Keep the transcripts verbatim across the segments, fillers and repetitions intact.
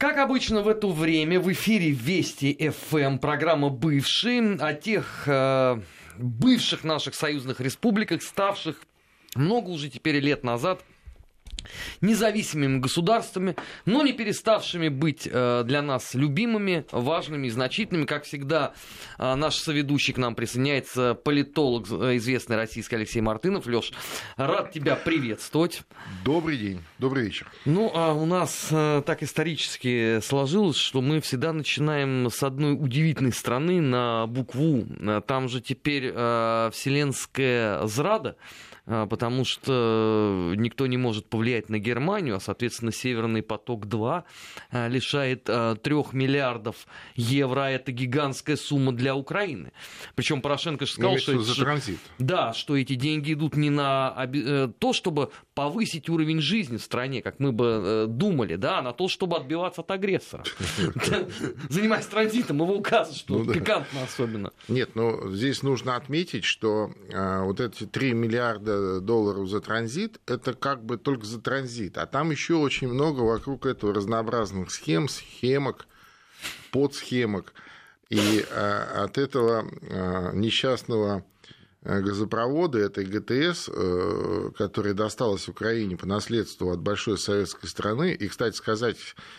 Как обычно в это время в эфире Вести эф эм, программа «Бывшие», о тех э, бывших наших союзных республиках, ставших много уже теперь лет назад независимыми государствами, но не переставшими быть э, для нас любимыми, важными и значительными. Как всегда, э, наш соведущий к нам присоединяется, политолог, э, известный российский Алексей Мартынов. Лёш, рад тебя приветствовать. Добрый день, добрый вечер. Ну, а у нас э, так исторически сложилось, что мы всегда начинаем с одной удивительной страны на букву. Там же теперь э, вселенская зрада, потому что никто не может повлиять на Германию, а, соответственно, Северный поток-два лишает трех миллиардов евро, а это гигантская сумма для Украины. Причем Порошенко же сказал, что, за это, транзит. Да, что эти деньги идут не на то, чтобы повысить уровень жизни в стране, как мы бы думали, да, а на то, чтобы отбиваться от агрессора. Занимаясь транзитом, его указывают, что пикантно особенно. Нет, но здесь нужно отметить, что вот эти три миллиарда долларов за транзит, это как бы только за транзит. А там еще очень много вокруг этого разнообразных схем, схемок, подсхемок. И от этого несчастного газопровода, этой гэ тэ эс, которая досталась Украине по наследству от большой советской страны, и, кстати сказать,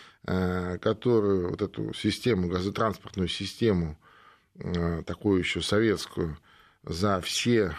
которую, вот эту систему, газотранспортную систему, такую еще советскую, за все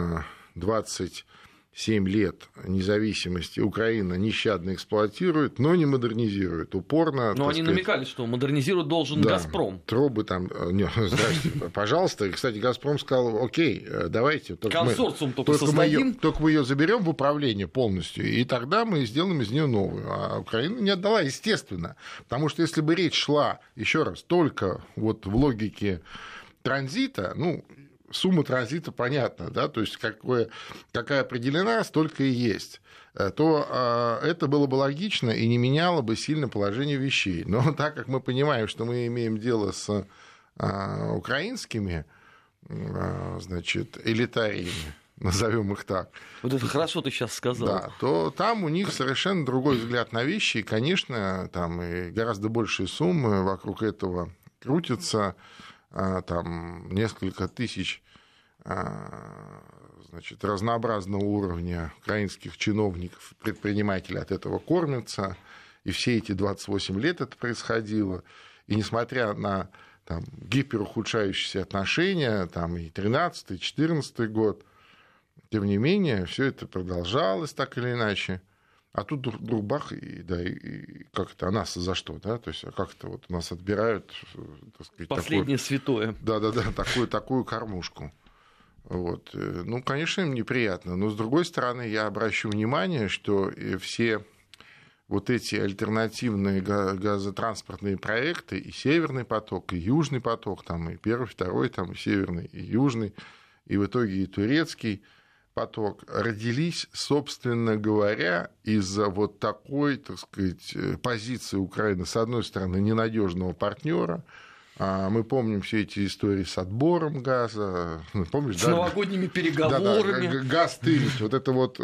двадцать семь лет независимости Украина нещадно эксплуатирует, но не модернизирует, упорно. Но они сказать, намекали, что модернизировать должен да, «Газпром». Трубы там... Не, здрасте, пожалуйста. И, кстати, «Газпром» сказал, окей, давайте. Только консорциум мы, только, только создадим. Мы ее, только мы ее заберем в управление полностью, и тогда мы сделаем из нее новую. А Украина не отдала, естественно. Потому что если бы речь шла, еще раз, только вот в логике транзита, ну... Сумма транзита понятна, да, то есть какое, какая определена, столько и есть, то э, это было бы логично и не меняло бы сильно положение вещей. Но так как мы понимаем, что мы имеем дело с э, украинскими, э, значит, элитариями, назовем их так. Вот это хорошо ты сейчас сказал. Да, то там у них совершенно другой взгляд на вещи, и, конечно, там и гораздо большие суммы вокруг этого крутятся. Там несколько тысяч, значит, разнообразного уровня украинских чиновников, предпринимателей от этого кормятся, и все эти двадцать восемь лет это происходило, и несмотря на там, гиперухудшающиеся отношения, там, и тринадцатый, и четырнадцатый год, тем не менее, все это продолжалось так или иначе. А тут вдруг бах, и, да, и как это, а нас за что, да, то есть как-то вот нас отбирают, так сказать, последнее такое, святое. Да-да-да, такую, такую кормушку. Вот. Ну, конечно, им неприятно, но, с другой стороны, я обращу внимание, что все вот эти альтернативные газотранспортные проекты, и Северный поток, и Южный поток, там, и первый, второй, там, и Северный, и Южный, и в итоге и Турецкий поток, родились, собственно говоря, из-за вот такой, так сказать, позиции Украины, с одной стороны, ненадежного партнера. Мы помним все эти истории с отбором газа. Помнишь, с да? новогодними переговорами. Да, да, газ тырить. Вот это вот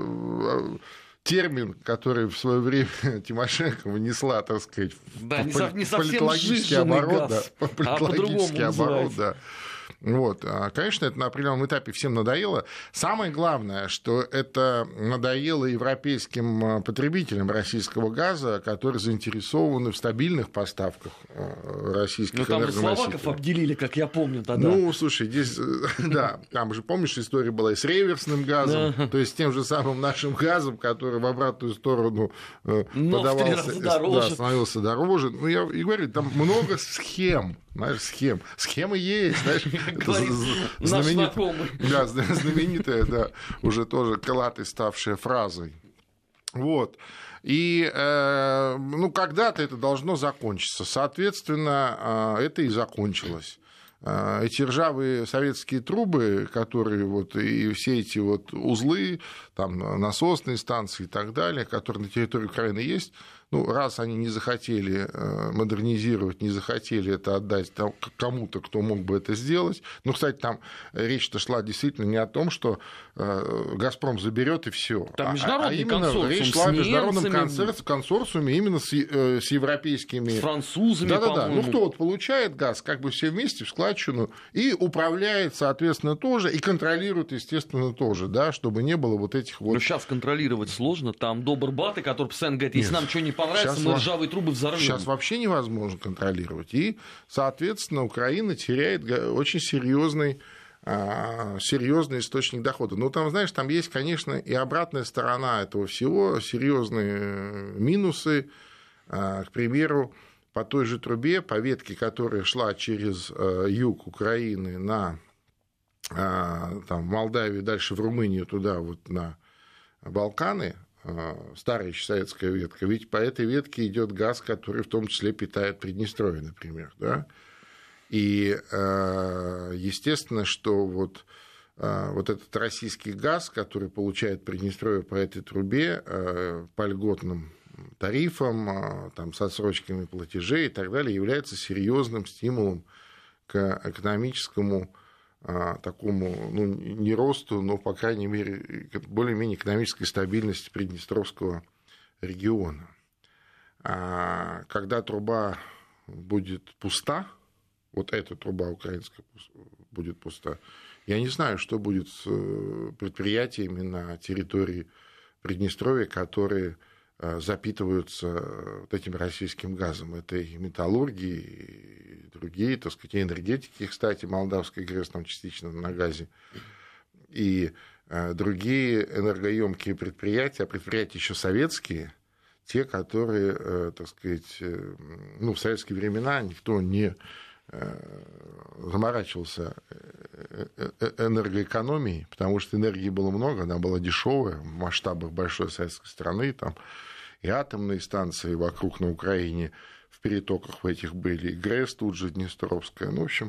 термин, который в свое время Тимошенко внесла, так сказать, да, в не, пол- не политологический оборот. Газ, Да, политологический а оборот, да. Вот. Конечно, это на определенном этапе всем надоело. Самое главное, что это надоело европейским потребителям российского газа, которые заинтересованы в стабильных поставках российских энергоносителей. Ну, там же словаков обделили, как я помню тогда. Ну, слушай, здесь, да, там же, помнишь, история была и с реверсным газом, то есть тем же самым нашим газом, который в обратную сторону подавался, да, становился дороже. Ну, я и говорю, там много схем. Знаешь, схем. Схемы есть, знаешь. Знаменит... Да, знаменитая, да, уже тоже крылатой ставшая фразой. Вот. И, э, ну, когда-то это должно закончиться. Соответственно, это и закончилось. Эти ржавые советские трубы, которые вот, и все эти вот узлы, там, насосные станции и так далее, которые на территории Украины есть, Ну, раз они не захотели модернизировать, не захотели это отдать кому-то, кто мог бы это сделать. Ну, кстати, там речь-то шла действительно не о том, что «Газпром» заберет и все. Там международный а, а именно консорциум речь шла о международном немцами, консорциуме именно с, с европейскими... С французами, Да-да-да. по-моему. Ну, кто вот получает газ, как бы все вместе в складчину, и управляет, соответственно, тоже, и контролирует, естественно, тоже, да, чтобы не было вот этих вот... Ну, сейчас контролировать сложно. Там Добрбаты, который постоянно говорит, если Нет. нам что не понравится, сейчас мы ржавые трубы взорвем. Сейчас вообще невозможно контролировать. И, соответственно, Украина теряет очень серьезный, серьезный источник дохода. Ну, там, знаешь, там есть, конечно, и обратная сторона этого всего, серьезные минусы. К примеру, по той же трубе, по ветке, которая шла через юг Украины на там, в Молдавию, дальше в Румынию, туда вот на Балканы, старая еще советская ветка, ведь по этой ветке идет газ, который в том числе питает Приднестровье, например, да? И естественно, что вот, вот этот российский газ, который получает Приднестровье по этой трубе по льготным тарифам, там, с отсрочками платежей и так далее, является серьезным стимулом к экономическому такому, ну, не росту, но, по крайней мере, более-менее экономической стабильности Приднестровского региона. А когда труба будет пуста, вот эта труба украинская будет пуста, я не знаю, что будет с предприятиями на территории Приднестровья, которые запитываются вот этим российским газом. Это и металлурги, и другие, так сказать, и энергетики, кстати, Молдавская ГРЭС там частично на газе, и другие энергоемкие предприятия, а предприятия еще советские, те, которые, так сказать, ну, в советские времена никто не заморачивался энергоэкономией, потому что энергии было много, она была дешевая в масштабах большой советской страны, там и атомные станции вокруг на Украине в перетоках в этих были, и ГРЭС тут же Днестровская, ну, в общем,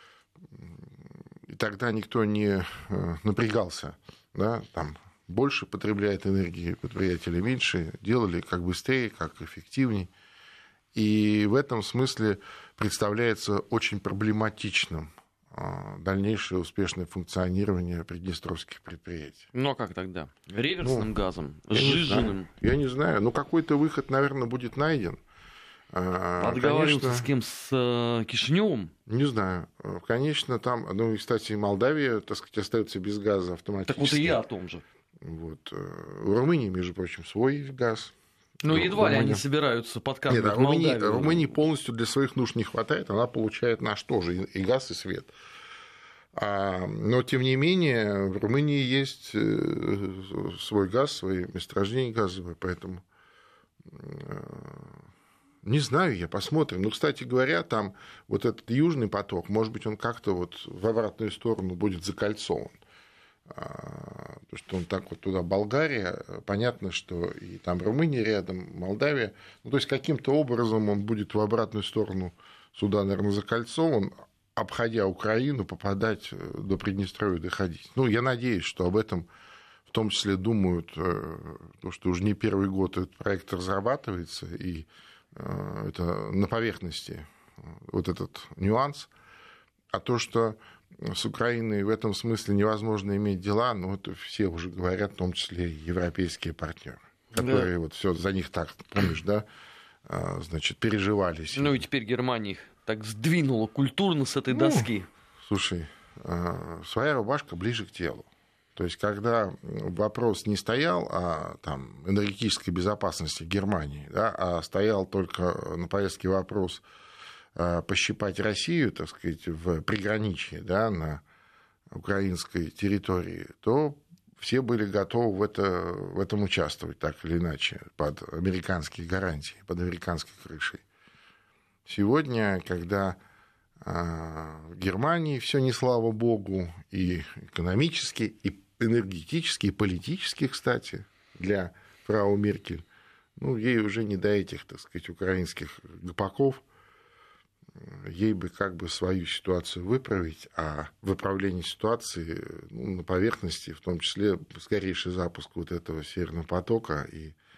и тогда никто не напрягался, да, там больше потребляет энергии предприятия или меньше, делали как быстрее, как эффективней. И в этом смысле представляется очень проблематичным дальнейшее успешное функционирование приднестровских предприятий. Ну, а как тогда? Реверсным ну, газом? Сжиженным? Я не знаю. Ну, какой-то выход, наверное, будет найден. Отговариваться Конечно, с кем? С Кишиневым? Не знаю. Конечно, там... Ну, и, кстати, Молдавия, так сказать, остается без газа автоматически. Так вот и я о том же. Вот. В Румынии, между прочим, свой газ. Ну, едва ли они собираются подкармливать Нет, а Румынии, Молдавию. Румынии полностью для своих нужд не хватает, она получает наш тоже, и газ, и свет. А, но, тем не менее, в Румынии есть свой газ, свои месторождения газовые, поэтому не знаю я, посмотрим. Ну, кстати говоря, там вот этот южный поток, может быть, он как-то вот в обратную сторону будет закольцован. Потому что он так вот туда, Болгария, понятно, что и там Румыния рядом, Молдавия, ну, то есть каким-то образом он будет в обратную сторону сюда, наверное, закольцован, обходя Украину, попадать до Приднестровья, доходить. Ну, я надеюсь, что об этом в том числе думают, потому что уже не первый год этот проект разрабатывается, и это на поверхности вот этот нюанс, а то, что с Украиной в этом смысле невозможно иметь дела, но это все уже говорят, в том числе и европейские партнеры, которые да. вот все за них так, помнишь, да, значит, переживались. Ну и теперь Германия их так сдвинула культурно с этой доски. Ну, слушай, своя рубашка ближе к телу. То есть, когда вопрос не стоял о там, энергетической безопасности Германии, да, а стоял только на повестке вопрос пощипать Россию, так сказать, в приграничье, да, на украинской территории, то все были готовы в, это, в этом участвовать так или иначе, под американские гарантии, под американской крышей. Сегодня, когда в Германии все не слава богу, и экономически, и энергетически, и политически, кстати, для фрау Меркель, ну, ей уже не до этих, так сказать, украинских гопаков, ей бы как бы свою ситуацию выправить, а выправление ситуации ну, на поверхности, в том числе скорейший запуск вот этого Северного потока и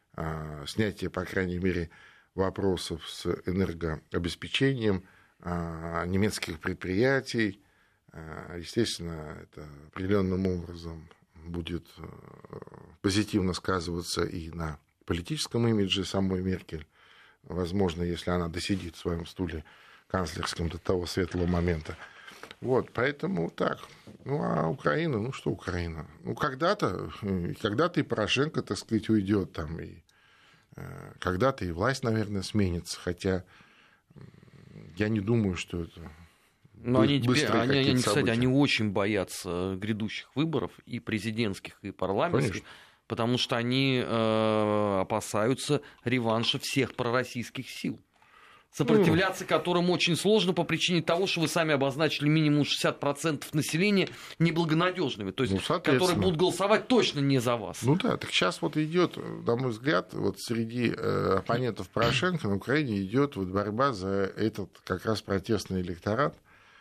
снятие, по крайней мере, вопросов с энергообеспечением немецких предприятий. Естественно, это определенным образом будет позитивно сказываться и на политическом имидже самой Меркель. Возможно, если она досидит в своем стуле канцлерском до того светлого момента. Вот, поэтому так. Ну, а Украина, ну что Украина? Ну, когда-то, когда-то и Порошенко, так сказать, уйдет там, и когда-то и власть, наверное, сменится, хотя я не думаю, что это... Но они, теперь, они, они, кстати, они очень боятся грядущих выборов, и президентских, и парламентских, конечно, потому что они э, опасаются реванша всех пророссийских сил, сопротивляться ну, которым очень сложно по причине того, что вы сами обозначили минимум шестьдесят процентов населения неблагонадежными, то есть, ну, которые будут голосовать точно не за вас. Ну да, так сейчас вот идет, на мой взгляд, вот среди э, оппонентов Порошенко на Украине идет вот борьба за этот как раз протестный электорат.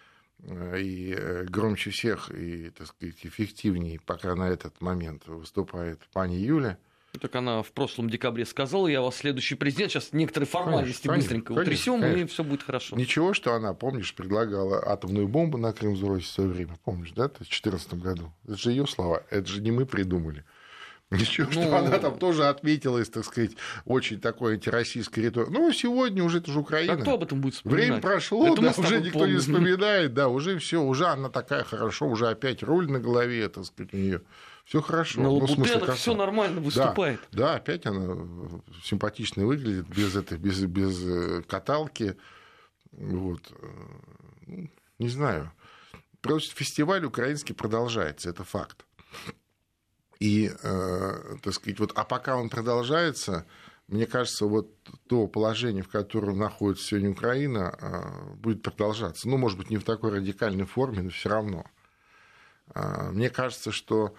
И громче всех и, так сказать, эффективнее пока на этот момент выступает пани Юля. Так она в прошлом декабре сказала: я вас следующий президент, сейчас некоторые формальности конечно, быстренько конечно, утрясем, конечно. И все будет хорошо. Ничего, что она, помнишь, предлагала атомную бомбу на Крым сбросить в свое время, помнишь, да, в две тысячи четырнадцатом году? Это же ее слова, это же не мы придумали. Ничего, ну, что она там тоже отметилась, так сказать, очень такой антироссийской риторикой. Ну, сегодня уже это же Украина. А кто об этом будет вспоминать? Время прошло, да, уже никто помним. Не вспоминает, да, уже все, уже она такая хорошо, уже опять руль на голове, так сказать, у нее все хорошо. На лабутенах все нормально выступает. Да, да, опять она симпатично выглядит, без этой, без, без каталки. Вот. Ну, не знаю. Просто фестиваль украинский продолжается, это факт. И, э, так сказать, вот, а пока он продолжается, мне кажется, вот то положение, в котором находится сегодня Украина, э, будет продолжаться. Ну, может быть, не в такой радикальной форме, но все равно. Э, мне кажется, что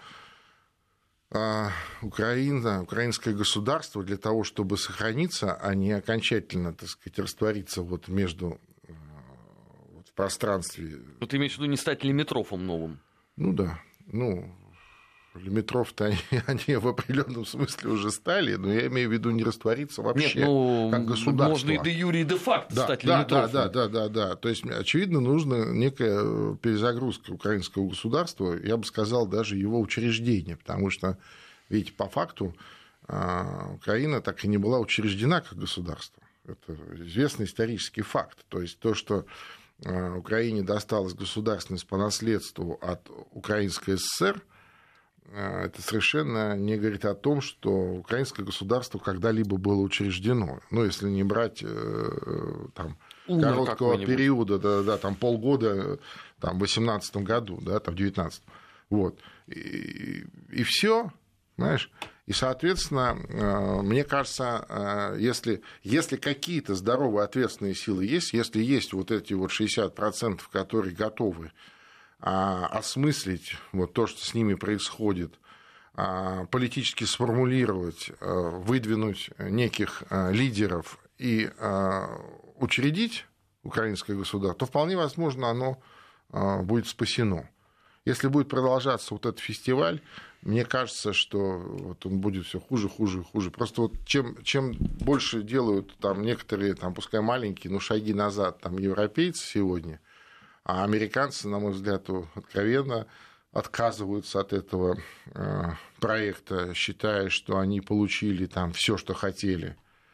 э, Украина, украинское государство для того, чтобы сохраниться, а не окончательно, так сказать, раствориться вот между э, вот в пространстве. Ну, ты имеешь в виду не стать лимитрофом новым? Ну да, ну... Лимитров-то они, они в определенном смысле уже стали, но я имею в виду не раствориться вообще. Нет, ну, как государство. Можно и де юре, и де факто да, стать да, лимитрофом. Да, да, да, да, да. То есть, очевидно, нужна некая перезагрузка украинского государства, я бы сказал, даже его учреждения, потому что, ведь по факту Украина так и не была учреждена как государство. Это известный исторический факт. То есть, то, что Украине досталась государственность по наследству от Украинской ССР, это совершенно не говорит о том, что украинское государство когда-либо было учреждено. Ну, если не брать там, короткого периода, да, да, там, полгода там, в восемнадцатом году, да, там, в девятнадцатом. Вот. И, и все, знаешь. И, соответственно, мне кажется, если, если какие-то здоровые ответственные силы есть, если есть вот эти вот шестьдесят процентов, которые готовы осмыслить вот то, что с ними происходит, политически сформулировать, выдвинуть неких лидеров и учредить украинское государство, то вполне возможно оно будет спасено. Если будет продолжаться вот этот фестиваль, мне кажется, что вот он будет все хуже, хуже, хуже. Просто вот чем, чем больше делают там некоторые, там, пускай маленькие, но шаги назад там, европейцы сегодня, а американцы, на мой взгляд, откровенно отказываются от этого проекта, считая, что они получили там все, что хотели.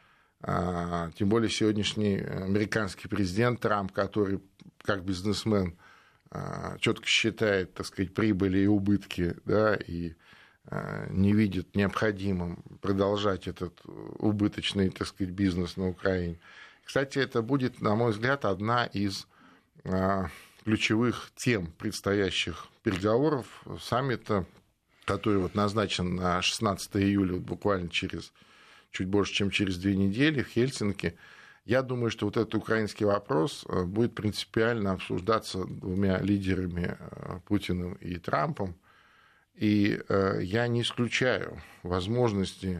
Тем более сегодняшний американский президент Трамп, который как бизнесмен четко считает, так сказать, прибыли и убытки, да, и не видит необходимым продолжать этот убыточный, так сказать, бизнес на Украине. Кстати, это будет, на мой взгляд, одна из ключевых тем предстоящих переговоров саммита, который вот назначен на шестнадцатое июля, вот буквально через чуть больше, чем через две недели в Хельсинки. Я думаю, что вот этот украинский вопрос будет принципиально обсуждаться двумя лидерами, Путиным и Трампом. И я не исключаю возможности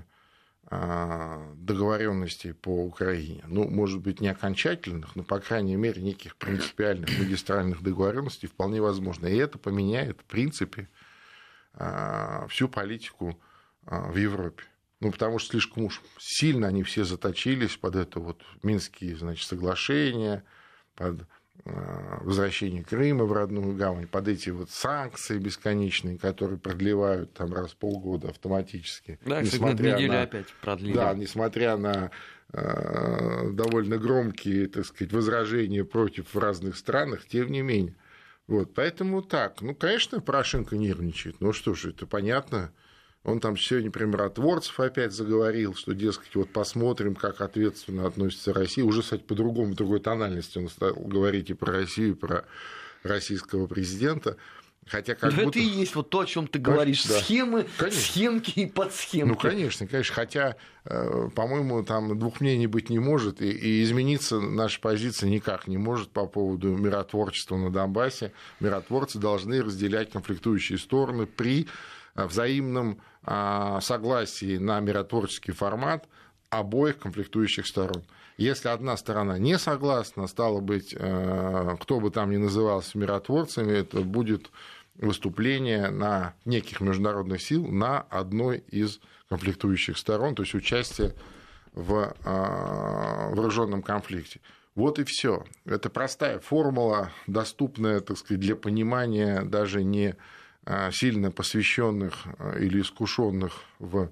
договоренностей по Украине. Ну, может быть, не окончательных, но, по крайней мере, неких принципиальных магистральных договоренностей вполне возможно. И это поменяет, в принципе, всю политику в Европе. Ну, потому что слишком уж сильно они все заточились под это вот Минские, значит, соглашения, под возвращение Крыма в родную гавань, под эти вот санкции бесконечные, которые продлевают там раз в полгода автоматически. Да, несмотря неделю на, опять продлили. Да, несмотря на э, довольно громкие, так сказать, возражения против в разных странах, тем не менее. Вот, поэтому так. Ну, конечно, Порошенко нервничает. Ну что ж, это понятно. Он там сегодня про миротворцев опять заговорил, что, дескать, вот посмотрим, как ответственно относится Россия. Уже, кстати, по-другому, в другой тональности он стал говорить и про Россию, и про российского президента. Хотя как Но будто... это и есть вот то, о чем ты говоришь. Да. Схемы, конечно. Схемки и подсхемки. Ну, конечно, конечно. Хотя, по-моему, там двух мнений быть не может, и, и измениться наша позиция никак не может по поводу миротворчества на Донбассе. Миротворцы должны разделять конфликтующие стороны при взаимном согласии на миротворческий формат обоих конфликтующих сторон. Если одна сторона не согласна, стало быть, кто бы там ни назывался миротворцами, это будет выступление на неких международных сил на одной из конфликтующих сторон, то есть участие в вооруженном конфликте. Вот и все. Это простая формула, доступная, так сказать, для понимания даже не сильно посвященных или искушенных в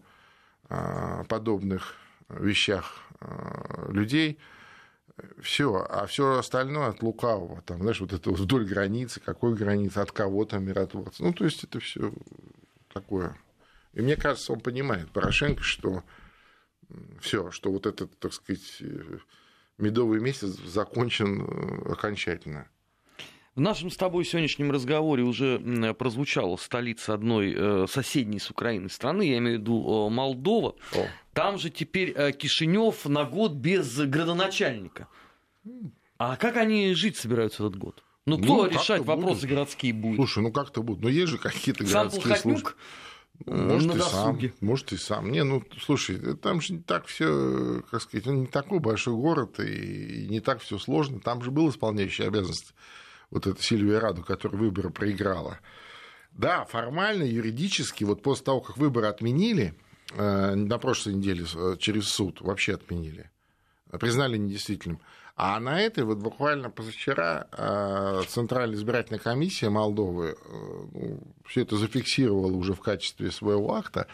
подобных вещах людей. Все, а все остальное от лукавого. Там, знаешь, вот это вдоль границы, какой границы, от кого там миротворцы. Ну, то есть это все такое. И мне кажется, он понимает, Порошенко, что все, что вот этот, так сказать, медовый месяц закончен окончательно. В нашем с тобой сегодняшнем разговоре уже прозвучала столица одной соседней с Украиной страны, я имею в виду Молдова. О. Там же теперь Кишинев на год без градоначальника. А как они жить собираются этот год? Ну, кто ну, решать вопросы будет. Городские будет? Слушай, ну как-то будут. Ну, есть же какие-то сам городские службы. Может, и сам, может, и сам. Не, ну, слушай, там же не так все, как сказать, он не такой большой город, и не так все сложно. Там же был исполняющий обязанности. Вот это Сильвия Раду, которая выборы проиграла. Да, формально, юридически, вот после того, как выборы отменили, на прошлой неделе через суд вообще отменили, признали недействительным. А на этой вот буквально позавчера Центральная избирательная комиссия Молдовы ну, все это зафиксировала уже в качестве своего акта,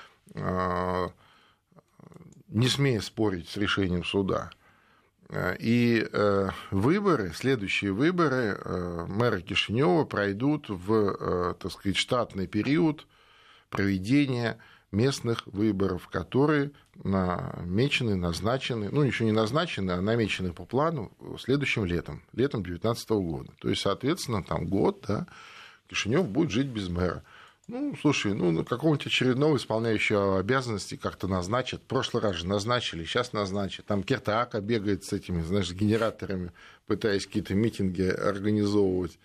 не смея спорить с решением суда. И выборы, следующие выборы мэра Кишинева пройдут в, так сказать, штатный период проведения местных выборов, которые намечены, назначены, ну, еще не назначены, а намечены по плану следующим летом, летом две тысячи девятнадцатого года. То есть, соответственно, там год, да, Кишинев будет жить без мэра. Ну, слушай, ну, какого-нибудь очередного исполняющего обязанности как-то назначат. В прошлый раз же назначили, сейчас назначат. Там Кертаака бегает с этими, знаешь, генераторами, пытаясь какие-то митинги организовывать,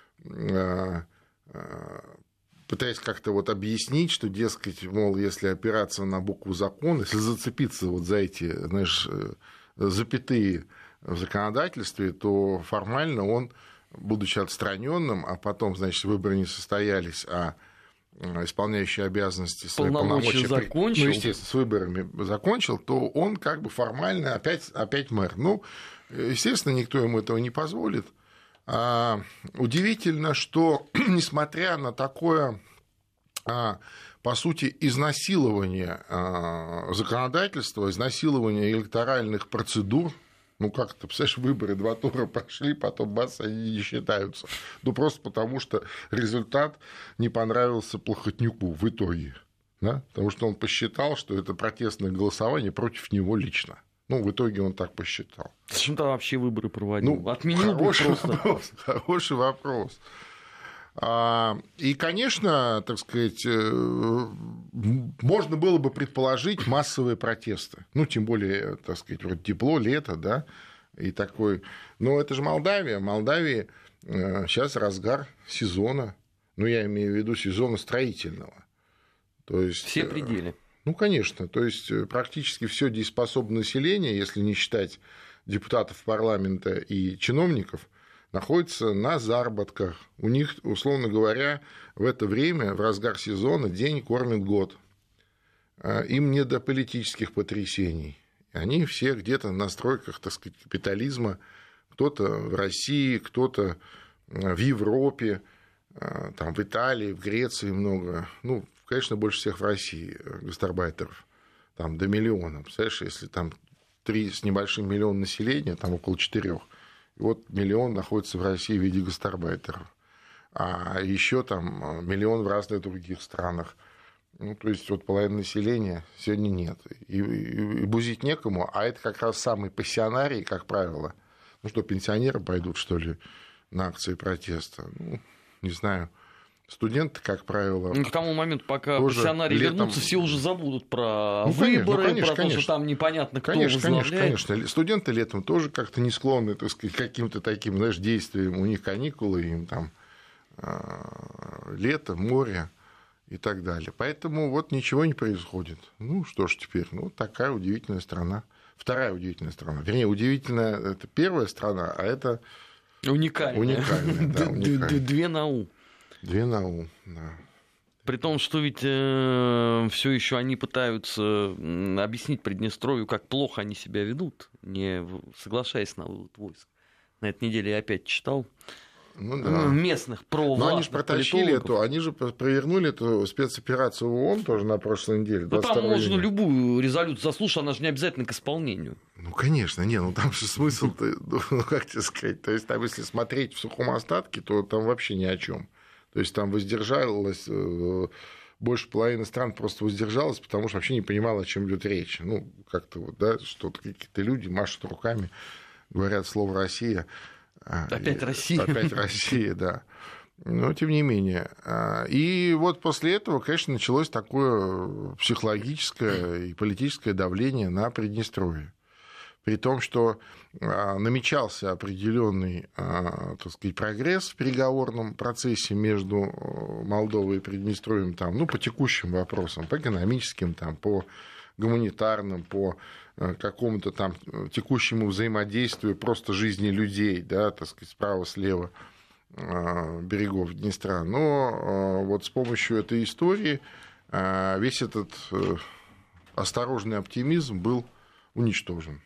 пытаясь как-то вот объяснить, что, дескать, мол, если опираться на букву закона, если зацепиться вот за эти, знаешь, запятые в законодательстве, то формально он, будучи отстраненным, а потом, значит, выборы не состоялись, а исполняющий обязанности свои полномочия, закончил. Ну, естественно, с выборами закончил, то он как бы формально опять, опять мэр. Ну, естественно, никто ему этого не позволит. А, удивительно, что несмотря на такое, а, по сути, изнасилование а, законодательства, изнасилование электоральных процедур, ну, как это, представляешь, выборы два тура прошли, потом бац, они не считаются. Ну, просто потому, что результат не понравился Плохотнюку в итоге. Да? Потому что он посчитал, что это протестное голосование против него лично. Ну, в итоге он так посчитал. Зачем там вообще выборы проводил? Ну, отменил бы просто. Вопрос, хороший вопрос. И, конечно, так сказать, можно было бы предположить массовые протесты. Ну, тем более, так сказать, вроде тепло, лето, да, и такой. Но это же Молдавия. В Молдавии сейчас разгар сезона. Ну, я имею в виду сезона строительного. То есть, все пределы. Ну, конечно. То есть, практически все дееспособное население, если не считать депутатов парламента и чиновников, находятся на заработках. У них, условно говоря, в это время, в разгар сезона, день кормит год. им не до политических потрясений. Они все где-то на стройках, так сказать, капитализма, кто-то в России, кто-то в Европе, там, в Италии, в Греции много. Ну, конечно, больше всех в России гастарбайтеров. Там до миллиона. Представляешь, если там три с небольшим миллиона населения, там около четырех. И вот миллион находится в России в виде гастарбайтеров. А еще там миллион в разных других странах. Ну, то есть вот половины населения сегодня нет. И, и, и бузить некому, а это как раз самый пассионарий, как правило. Ну что, пенсионеры пойдут, что ли, на акции протеста? Ну, не знаю. Студенты, как правило... К тому моменту, пока пассионарии летом... вернутся, все уже забудут про ну, выборы, ну, конечно, про конечно. То, что там непонятно, кто конечно, возглавляет. Конечно, конечно. Студенты летом тоже как-то не склонны, так сказать, к каким-то таким, знаешь, действиям. У них каникулы, им там лето, море и так далее. Поэтому вот ничего не происходит. Ну, что ж теперь, ну, такая удивительная страна. Вторая удивительная страна. Вернее, удивительная — это первая страна, а это... Уникальная. Уникальная, да, уникальная. Две на У. Две на У, да. При том, что ведь э, все еще они пытаются объяснить Приднестровью, как плохо они себя ведут, не соглашаясь на вывод войск. На этой неделе я опять читал. Ну, да. Местных провластных Но они же протащили эту, они же провернули эту спецоперацию в ООН тоже на прошлой неделе. Да там можно любую резолюцию заслушать, она же не обязательно к исполнению. Ну, конечно, не, ну там же смысл-то, ну, как тебе сказать, то есть там, если смотреть в сухом остатке, то там вообще ни о чем. То есть там воздержалось, больше половины стран просто воздержалось, потому что вообще не понимало, о чем идет речь. Ну, как-то вот, да, что-то какие-то люди машут руками, говорят слово «Россия». Опять Россия. Опять Россия, да. Но тем не менее. И вот после этого, конечно, началось такое психологическое и политическое давление на Приднестровье. При том, что намечался определенный, так сказать, прогресс в переговорном процессе между Молдовой и Приднестровьем там, ну, по текущим вопросам, по экономическим, там, по гуманитарным, по какому-то там текущему взаимодействию просто жизни людей, да, так сказать, справа-слева берегов Днестра. Но вот с помощью этой истории весь этот осторожный оптимизм был уничтожен.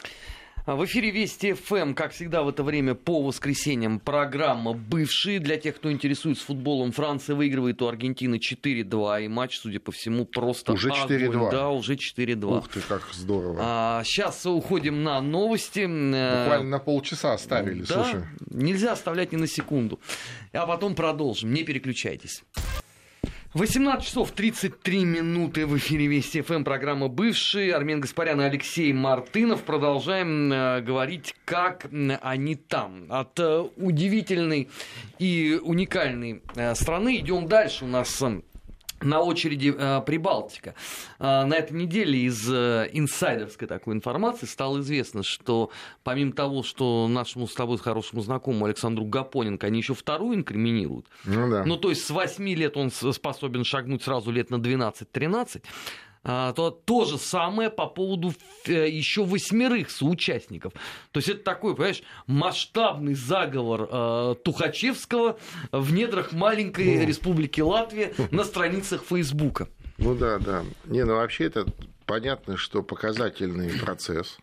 В эфире Вести ФМ, как всегда в это время по воскресеньям, программа «Бывшие». Для тех, кто интересуется футболом, Франция выигрывает у Аргентины четыре два, и матч, судя по всему, просто уже четыре два. Да, уже четыре два. Ух ты, как здорово. А, сейчас уходим на новости. Буквально на полчаса оставили, да, слушай. Нельзя оставлять ни на секунду. А потом продолжим, не переключайтесь. восемнадцать часов тридцать три минуты в эфире Вести ФМ, программа «Бывшие». Армен Гаспарян и Алексей Мартынов. Продолжаем э, говорить, как они там. От э, удивительной и уникальной э, страны идем дальше. У нас э, на очереди э, Прибалтика. Э, на этой неделе из э, инсайдерской такой информации стало известно, что помимо того, что нашему с тобой хорошему знакомому Александру Гапоненко они еще вторую инкриминируют. Ну, да. Ну, то есть с восьми лет он способен шагнуть сразу лет на двенадцать-тринадцать. То, то же самое по поводу еще восьмерых соучастников. То есть это такой, понимаешь, масштабный заговор э, Тухачевского в недрах маленькой ну. республики Латвия на страницах Фейсбука. Ну да, да. Не, ну вообще это понятно, что показательный процесс,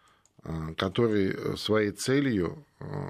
который своей целью,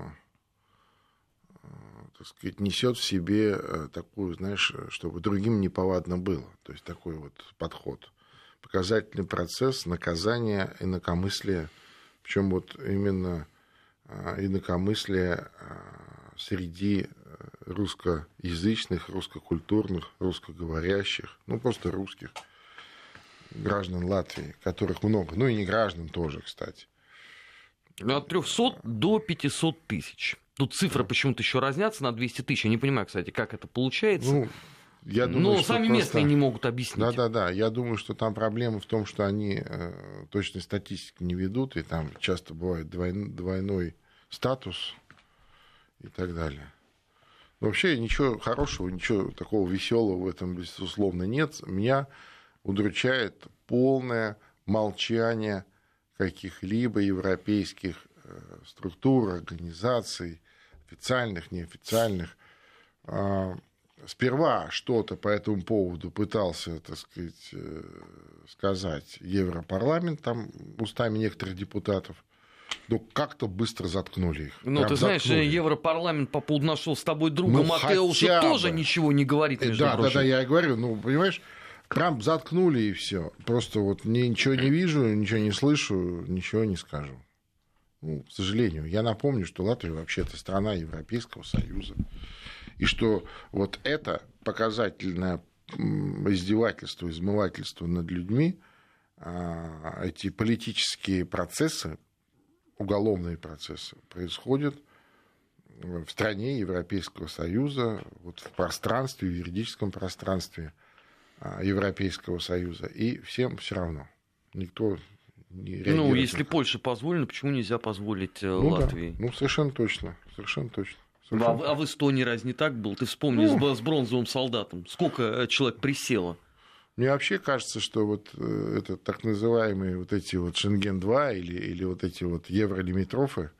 так сказать, несет в себе такую, знаешь, чтобы другим неповадно было. То есть такой вот подход. Показательный процесс наказания инакомыслия, причем вот именно инакомыслия среди русскоязычных, русскокультурных, русскоговорящих, ну просто русских граждан Латвии, которых много, ну и не граждан тоже, кстати. От трехсот до пятисот тысяч. Тут цифры почему-то еще разнятся на двести тысяч. Я не понимаю, кстати, как это получается. Ну, я думаю, но что сами просто... местные не могут объяснить. Да-да-да, я думаю, что там проблема в том, что они э, точной статистики не ведут, и там часто бывает двойной, двойной статус и так далее. Но вообще ничего хорошего, ничего такого веселого в этом, безусловно, нет. Меня удручает полное молчание каких-либо европейских э, структур, организаций, официальных, неофициальных, э, сперва что-то по этому поводу пытался, так сказать, сказать Европарламент, там, устами некоторых депутатов, но как-то быстро заткнули их. Ну, ты знаешь, заткнули. Европарламент по поводу нашего с тобой друга ну, Матеуша тоже ничего не говорит, между да, прочим. Да, да, я и говорю, ну, понимаешь, Трамп заткнули и все. Просто вот ничего не вижу, ничего не слышу, ничего не скажу. Ну, к сожалению, я напомню, что Латвия вообще-то страна Европейского Союза. И что вот это показательное издевательство, измывательство над людьми, эти политические процессы, уголовные процессы происходят в стране Европейского Союза, вот в пространстве, в юридическом пространстве Европейского Союза. И всем все равно. Никто не реагирует. Ну, если Польше позволено, почему нельзя позволить ну, Латвии? Да. Ну, совершенно точно. Совершенно точно. А, а в Эстонии разве не так было? Ты вспомни, ну, с бронзовым солдатом. Сколько человек присело? Мне вообще кажется, что вот это так называемые вот эти вот Шенген-два или, или вот эти вот евролимитрофы,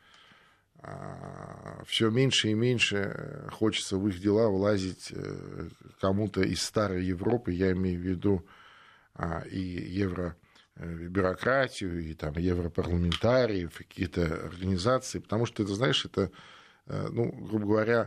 все меньше и меньше хочется в их дела влазить кому-то из старой Европы, я имею в виду и евробюрократию, и там европарламентариев, и какие-то организации, потому что, ты знаешь, это, ну, грубо говоря,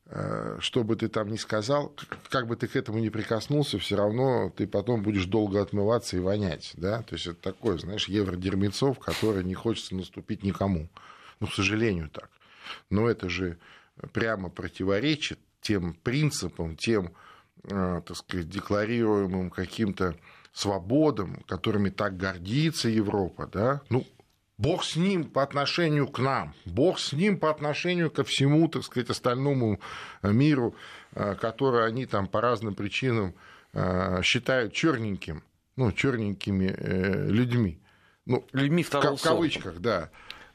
что бы ты там ни сказал, как бы ты к этому ни прикоснулся, все равно ты потом будешь долго отмываться и вонять, да, то есть это такое, знаешь, евродермецов, который не хочется наступить никому, ну, к сожалению, так, но это же прямо противоречит тем принципам, тем, так сказать, декларируемым каким-то свободам, которыми так гордится Европа, да, ну, Бог с ним по отношению к нам, Бог с ним по отношению ко всему, так сказать, остальному миру, который они там по разным причинам считают черненьким, ну, черненькими людьми. Ну, людьми второго в кавычках, да.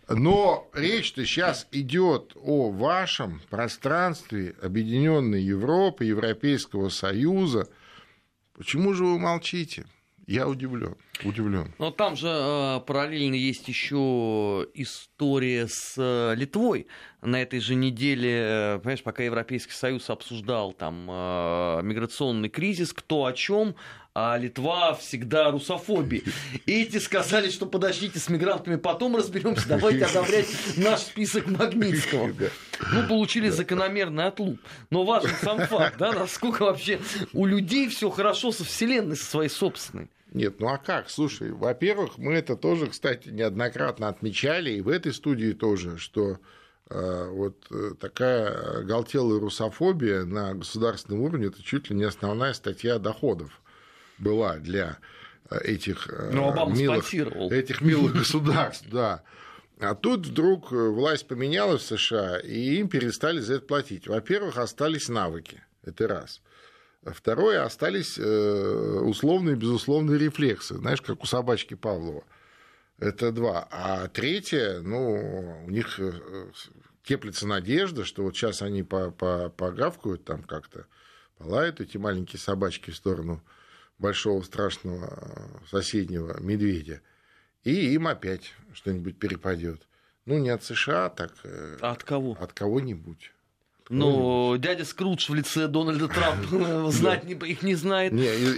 Но речь-то сейчас идет о вашем пространстве Объединенной Европы, Европейского Союза. Почему же вы молчите? Я удивлен, удивлен. Но там же э, параллельно есть еще история с э, Литвой. На этой же неделе, э, понимаешь, пока Европейский Союз обсуждал там э, миграционный кризис, кто о чем, а Литва всегда русофобия. Эти сказали, что подождите с мигрантами, потом разберемся, давайте одобрять наш список Магнитского. Ну, получили закономерный отлуп. Но важен сам факт, да, насколько вообще у людей все хорошо со Вселенной, со своей собственной. Нет, ну а как? Слушай, во-первых, мы это тоже, кстати, неоднократно отмечали, и в этой студии тоже, что э, вот такая оголтелая русофобия на государственном уровне – это чуть ли не основная статья доходов была для этих, ну, милых, этих милых государств, да. А тут вдруг власть поменялась в США, и им перестали за это платить. Во-первых, остались навыки, это раз. Второе, остались условные и безусловные рефлексы, знаешь, как у собачки Павлова. Это два. А третье, ну, у них теплится надежда, что вот сейчас они погавкают там как-то, полают эти маленькие собачки в сторону большого страшного соседнего медведя, и им опять что-нибудь перепадет. Ну, не от США, так а от кого? От кого-нибудь. Ну, дядя Скрудж в лице Дональда Трампа знать их не знает.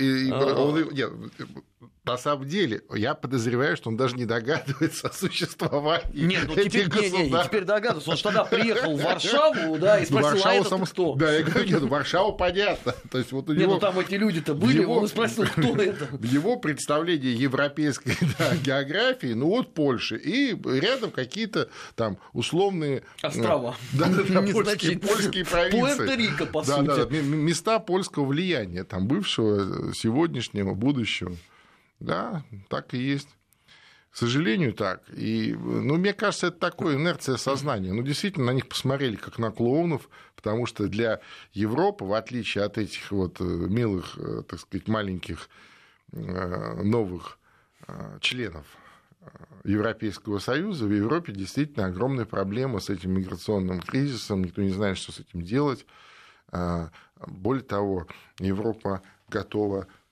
На самом деле, я подозреваю, что он даже не догадывается о существовании нет, ну, этих теперь, государств. Не, не, теперь догадывается. Он же тогда приехал в Варшаву, да, и спросил, ну, а это сам... кто? Да, я говорю, нет, Варшава понятно. То есть, вот у нет, него... ну там эти люди-то были, его... он спросил, кто это. В его представлении европейской да, географии, ну вот Польша, и рядом какие-то там условные... Острова. Да, да, польские, польские провинции. Пуэрто-Рико, по да, сути. Да, да, места польского влияния, там бывшего, сегодняшнего, будущего. Да, так и есть. К сожалению, так. И, ну, мне кажется, это такая инерция сознания. Ну, действительно, на них посмотрели как на клоунов, потому что для Европы, в отличие от этих вот милых, так сказать, маленьких новых членов Европейского Союза, в Европе действительно огромная проблема с этим миграционным кризисом. Никто не знает, что с этим делать. Более того, Европа готова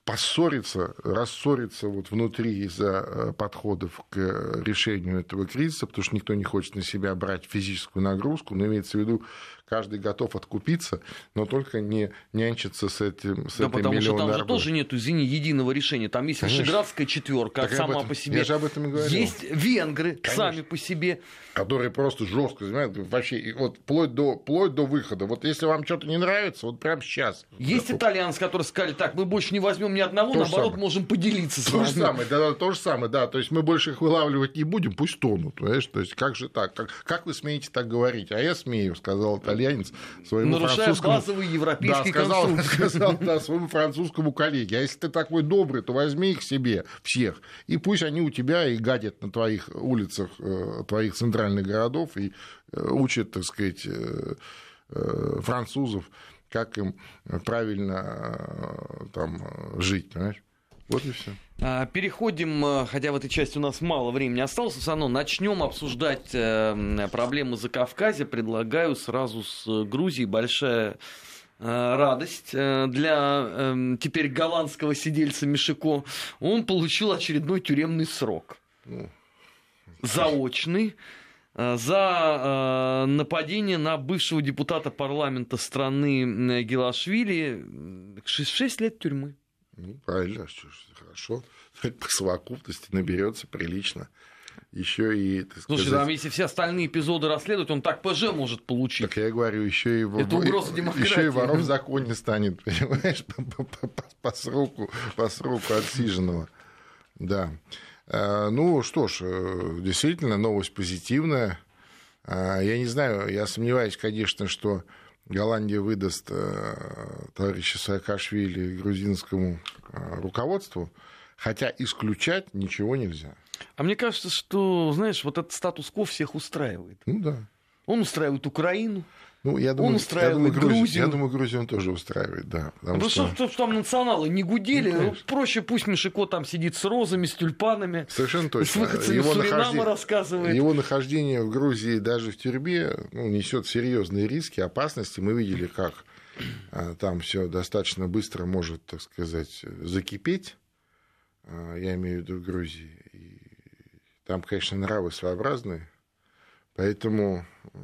поссориться, рассориться вот внутри из-за подходов к решению этого кризиса, потому что никто не хочет на себя брать физическую нагрузку, но имеется в виду, каждый готов откупиться, но только не нянчиться с этим, с да, этой потому что там работы. же тоже нет, извини, единого решения. Там есть Конечно. Вышеградская четверка Так сама этом, по себе. Я же об этом и говорил. Есть венгры, Конечно. сами по себе. Которые просто жестко занимают, вообще, вот вплоть до, вплоть до выхода. Вот если вам что-то не нравится, вот прямо сейчас. Есть итальянцы, которые сказали, так, мы больше не возьмем ни одного, то наоборот, можем поделиться с то вами. Же самое, да, то же самое, да. То есть мы больше их вылавливать не будем, пусть тонут. Понимаешь? То есть как же так? Как, как вы смеете так говорить? А я смею, сказал итальянец своему нарушая французскому... базовые европейские да, сказал, конструкции. сказал да, своему французскому коллеге, а если ты такой добрый, то возьми их себе всех, и пусть они у тебя и гадят на твоих улицах, твоих центральных городов, и учат, так сказать, французов, как им правильно там жить, понимаешь? Вот и все. Переходим, хотя в этой части у нас мало времени осталось, все равно начнем обсуждать проблемы Закавказья. Предлагаю сразу с Грузии. Большая радость для теперь голландского сидельца Мишико. Он получил очередной тюремный срок. Ну, заочный. За нападение на бывшего депутата парламента страны Гелашвили шесть лет тюрьмы. Ну, правильно, что ж, хорошо. По совокупности наберется прилично. Еще и, так сказать... Слушай, там если все остальные эпизоды расследуют, он так ПЖ может получить. Так я говорю, еще и, это угроза демократии. Еще и воров в законе станет, понимаешь, по, по, по, по, сроку, по сроку отсиженного. Да. Ну что ж, действительно, новость позитивная. Я не знаю, я сомневаюсь, конечно, что Голландия выдаст товарища Саакашвили грузинскому руководству, хотя исключать ничего нельзя. А мне кажется, что, знаешь, вот этот статус-кво всех устраивает. Ну да. Он устраивает Украину. Ну, я думаю, он устраивает я думаю, Грузию, Грузию. Я думаю, Грузию он тоже устраивает, да. Потому ну, что... чтобы там националы не гудели, ну, проще пусть Мишико там сидит с розами, с тюльпанами. Совершенно точно. С выходцами его Суринама нахождение... рассказывает. Его нахождение в Грузии даже в тюрьме ну, несет серьезные риски, опасности. Мы видели, как а, там все достаточно быстро может, так сказать, закипеть. А, я имею в виду в Грузии. И там, конечно, нравы своеобразные. Поэтому...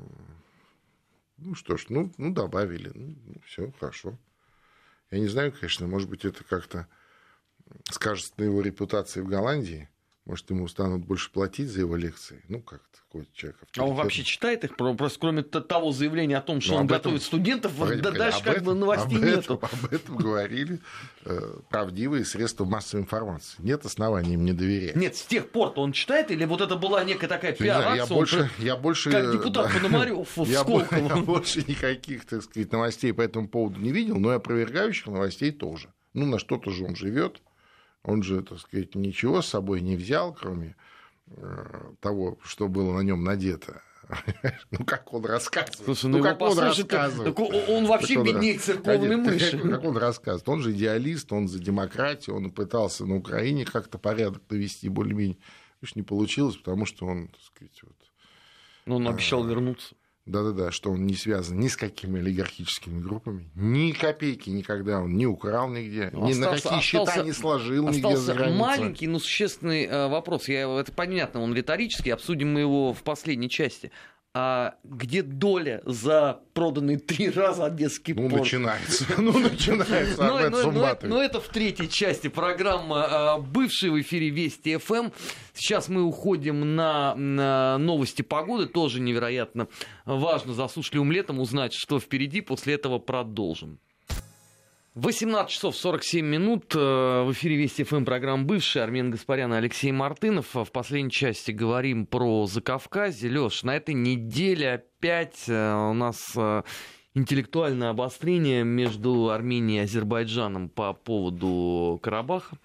Ну что ж, ну, ну добавили, ну, все хорошо. Я не знаю, конечно, может быть, это как-то скажется на его репутации в Голландии. Может, ему станут больше платить за его лекции. Ну, как такой человек. А он вообще читает их? Просто кроме того заявления о том, что ну, он готовит этом... студентов, погоди, да, дальше как этом, бы новостей об нету. Этом, об этом говорили э, правдивые средства массовой информации. Нет оснований им не доверять. Нет, с тех пор-то он читает, или вот это была некая такая пиар-акция? Я больше, я больше, как депутат да, Пономарёв в Сколково. Я больше никаких, так сказать, новостей по этому поводу не видел, но и опровергающих новостей тоже. Ну, на что-то же он живет. Он же, так сказать, ничего с собой не взял, кроме того, что было на нем надето. Ну, как он рассказывает. Слушай, ну, ну как он рассказывает. Так он вообще так беднее церковной мыши. Как, как он рассказывает. Он же идеалист, он за демократию, он пытался на Украине как-то порядок навести более-менее. Видишь, не получилось, потому что он, так сказать, вот... Ну, он обещал а, вернуться. Да-да-да, что он не связан ни с какими олигархическими группами, ни копейки никогда он не украл нигде, ну, ни остался, на какие счета остался, не сложил нигде за границей. Маленький, но существенный э, вопрос. Я, это понятно, он риторический, обсудим мы его в последней части. А где доля за проданные три раза Одесский ну, порт? Начинается. Ну, начинается. но, но, но, но это в третьей части программы бывшей в эфире Вести ФМ. Сейчас мы уходим на, на новости погоды. Тоже невероятно важно за сушлевым летом узнать, что впереди. После этого продолжим. восемнадцать часов сорок семь минут. В эфире Вести ФМ программа «Бывший». Армен Гаспарян и Алексей Мартынов. В последней части говорим про Закавказье. Лёш, на этой неделе опять у нас интеллектуальное обострение между Арменией и Азербайджаном по поводу Карабаха.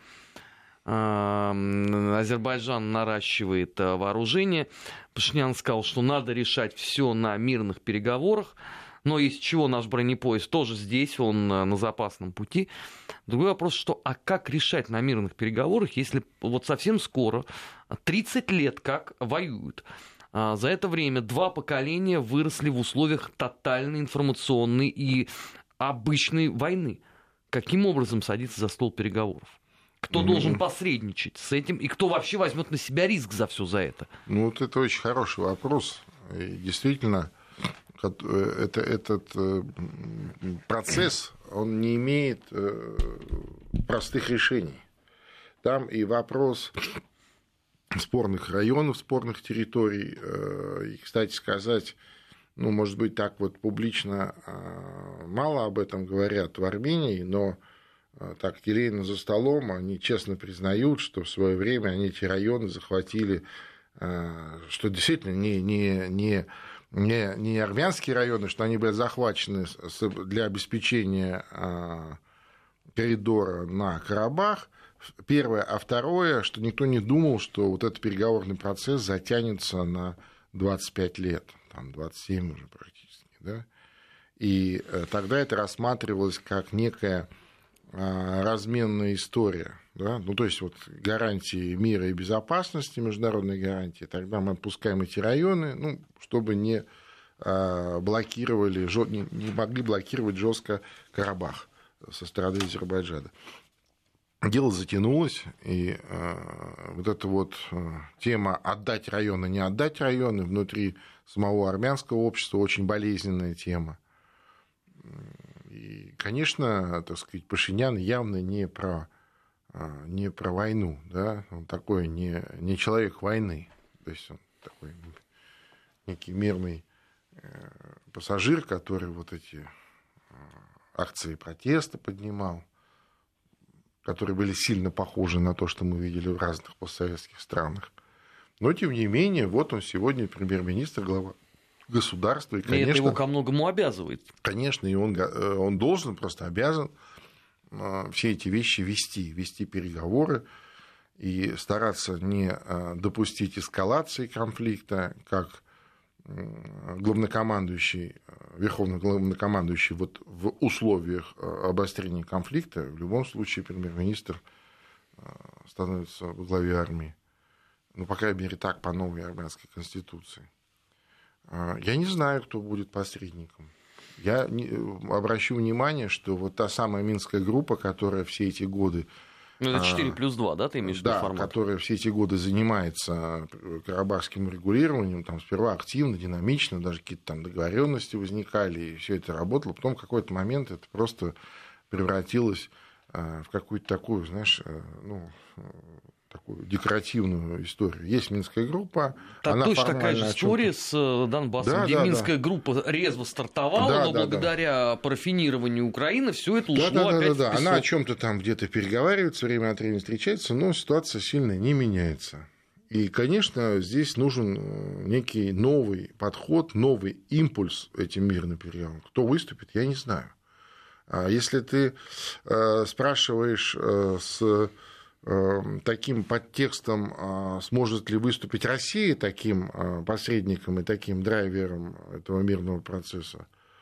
Азербайджан наращивает вооружение. Пашинян сказал, что надо решать все на мирных переговорах. Но из чего наш бронепоезд тоже здесь, он на запасном пути. Другой вопрос, что а как решать на мирных переговорах, если вот совсем скоро, тридцать лет как воюют. За это время два поколения выросли в условиях тотальной информационной и обычной войны. каким образом садиться за стол переговоров? Кто mm-hmm. должен посредничать с этим, и кто вообще возьмет на себя риск за все за это? Ну, вот это очень хороший вопрос. И действительно, это, этот процесс, он не имеет простых решений. Там и вопрос спорных районов, спорных территорий. И, кстати сказать, ну, может быть, так вот публично мало об этом говорят в Армении, но так елейно за столом они честно признают, что в свое время они эти районы захватили, что действительно не, не, не, не, не армянские районы, что они были захвачены для обеспечения коридора на Карабах. Первое. А второе, что никто не думал, что вот этот переговорный процесс затянется на двадцать пять лет, там двадцать семь уже практически. Да? И тогда это рассматривалось как некая разменная история. Да? Ну, то есть вот гарантии мира и безопасности, международные гарантии, тогда мы отпускаем эти районы, ну, чтобы не блокировали, не могли блокировать жестко Карабах со стороны Азербайджана. Дело затянулось, и э, вот эта вот э, тема отдать районы, не отдать районы внутри самого армянского общества очень болезненная тема. И, конечно, так сказать, Пашинян явно не про, э, не про войну, да? Он такой не, не человек войны, то есть он такой некий мирный э, пассажир, который вот эти э, акции протеста поднимал, которые были сильно похожи на то, что мы видели в разных постсоветских странах. Но, тем не менее, вот он сегодня премьер-министр, глава государства. И, конечно, и это его ко многому обязывает. Конечно, и он, он должен, просто обязан все эти вещи вести, вести переговоры и стараться не допустить эскалации конфликта, как главнокомандующий, верховный главнокомандующий вот в условиях обострения конфликта, в любом случае премьер-министр становится во главе армии. Ну, по крайней мере, так по новой армянской конституции. Я не знаю, кто будет посредником. Я обращу внимание, что вот та самая Минская группа, которая все эти годы... Ну, это четыре плюс два, да, ты имеешь в виду да, формат? которая все эти годы занимается карабахским регулированием, там сперва активно, динамично, даже какие-то там договоренности возникали, и все это работало. Потом в какой-то момент это просто превратилось в какую-то такую, знаешь, ну, такую декоративную историю. Есть Минская группа. Так, она точно такая же история с Донбассом, да, где да, Минская да. группа резво стартовала, да, но да, благодаря да. парафинированию Украины все это ушло да, да, опять да, да, в песок. Она о чем-то там где-то переговаривается, время от времени встречается, но ситуация сильно не меняется. И, конечно, здесь нужен некий новый подход, новый импульс этим мирным переговорам. Кто выступит, я не знаю. Если ты спрашиваешь с таким подтекстом, сможет ли выступить Россия таким посредником и таким драйвером этого мирного процесса,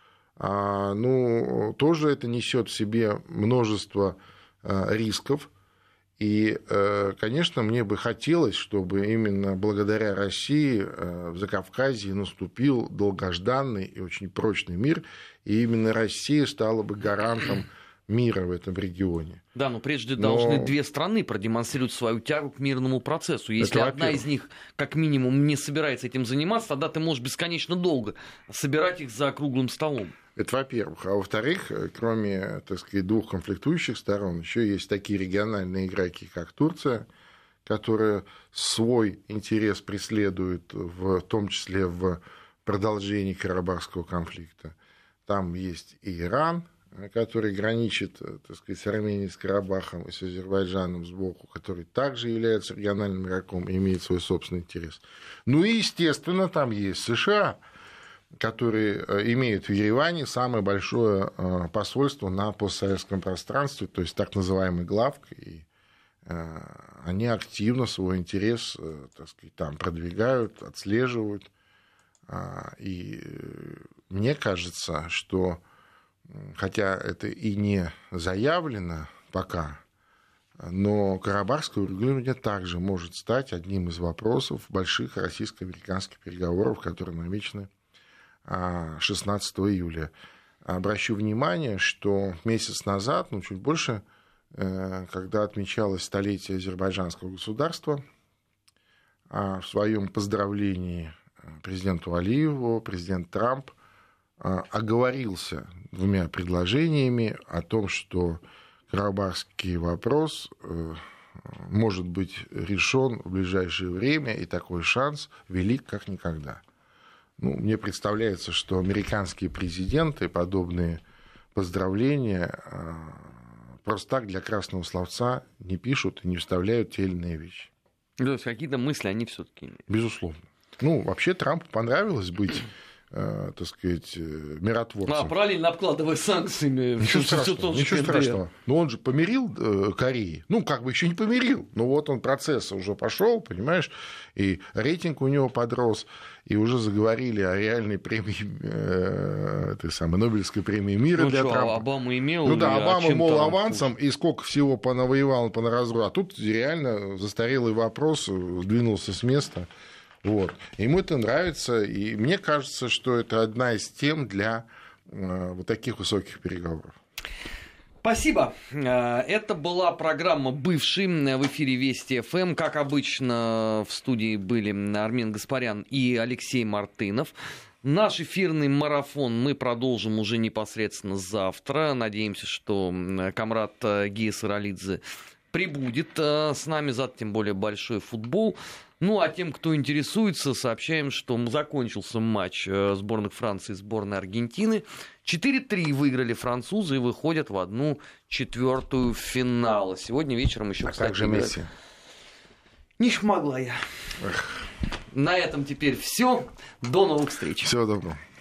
ну, тоже это несет в себе множество рисков. И, конечно, мне бы хотелось, чтобы именно благодаря России в Закавказье наступил долгожданный и очень прочный мир, и именно Россия стала бы гарантом мира в этом регионе. Да, но прежде но... должны две страны продемонстрировать свою тягу к мирному процессу. Если это, одна из них, как минимум, не собирается этим заниматься, тогда ты можешь бесконечно долго собирать их за круглым столом. Это во-первых. А во-вторых, кроме, так сказать, двух конфликтующих сторон, еще есть такие региональные игроки, как Турция, которая свой интерес преследует, в том числе в продолжении Карабахского конфликта. Там есть и Иран, который граничит, так сказать, с Арменией, с Карабахом и с Азербайджаном сбоку, который также является региональным игроком и имеет свой собственный интерес. Ну и, естественно, там есть США, которые имеют в Ереване самое большое посольство на постсоветском пространстве, то есть так называемый главк, и они активно свой интерес, так сказать, там продвигают, отслеживают. И мне кажется, что хотя это и не заявлено пока, но карабахское урегулирование также может стать одним из вопросов больших российско-американских переговоров, которые намечены шестнадцатого июля. обращу внимание, что месяц назад, ну, чуть больше, когда отмечалось столетие азербайджанского государства, в своем поздравлении президенту Алиеву президент Трамп оговорился двумя предложениями о том, что карабахский вопрос может быть решен в ближайшее время, и такой шанс велик как никогда. Ну, мне представляется, что американские президенты подобные поздравления просто так для красного словца не пишут и не вставляют те или иные вещи. То есть какие-то мысли они все-таки имеют. Безусловно. Ну, вообще Трампу понравилось быть, э, так сказать, миротворцем. А, параллельно обкладывая санкциями. Ничего страшного. Ничего страшного. Но он же помирил э, Корею. Ну, как бы еще не помирил. Но вот он, процесс уже пошел, понимаешь, и рейтинг у него подрос, и уже заговорили о реальной премии, э, этой самой Нобелевской премии мира ну, для что, Трампа. Обама имел. Ну да, Обама, мол, Трамп... авансом, и сколько всего понавоевал, понаразру. А тут реально застарелый вопрос, сдвинулся с места. Вот. Ему это нравится, и мне кажется, что это одна из тем для э, вот таких высоких переговоров. Спасибо. Это была программа «Бывший» в эфире Вести ФМ. Как обычно, в студии были Армен Гаспарян и Алексей Мартынов. Наш эфирный марафон мы продолжим уже непосредственно завтра. Надеемся, что Камрат Гия Саралидзе прибудет с нами, за тем более большой футбол. Ну, а тем, кто интересуется, сообщаем, что закончился матч сборных Франции и сборной Аргентины. четыре три выиграли французы и выходят в одну четвертую финала. Сегодня вечером еще, а кстати, как же Месси? Не смогла я. Эх. На этом теперь все. До новых встреч. Всего доброго.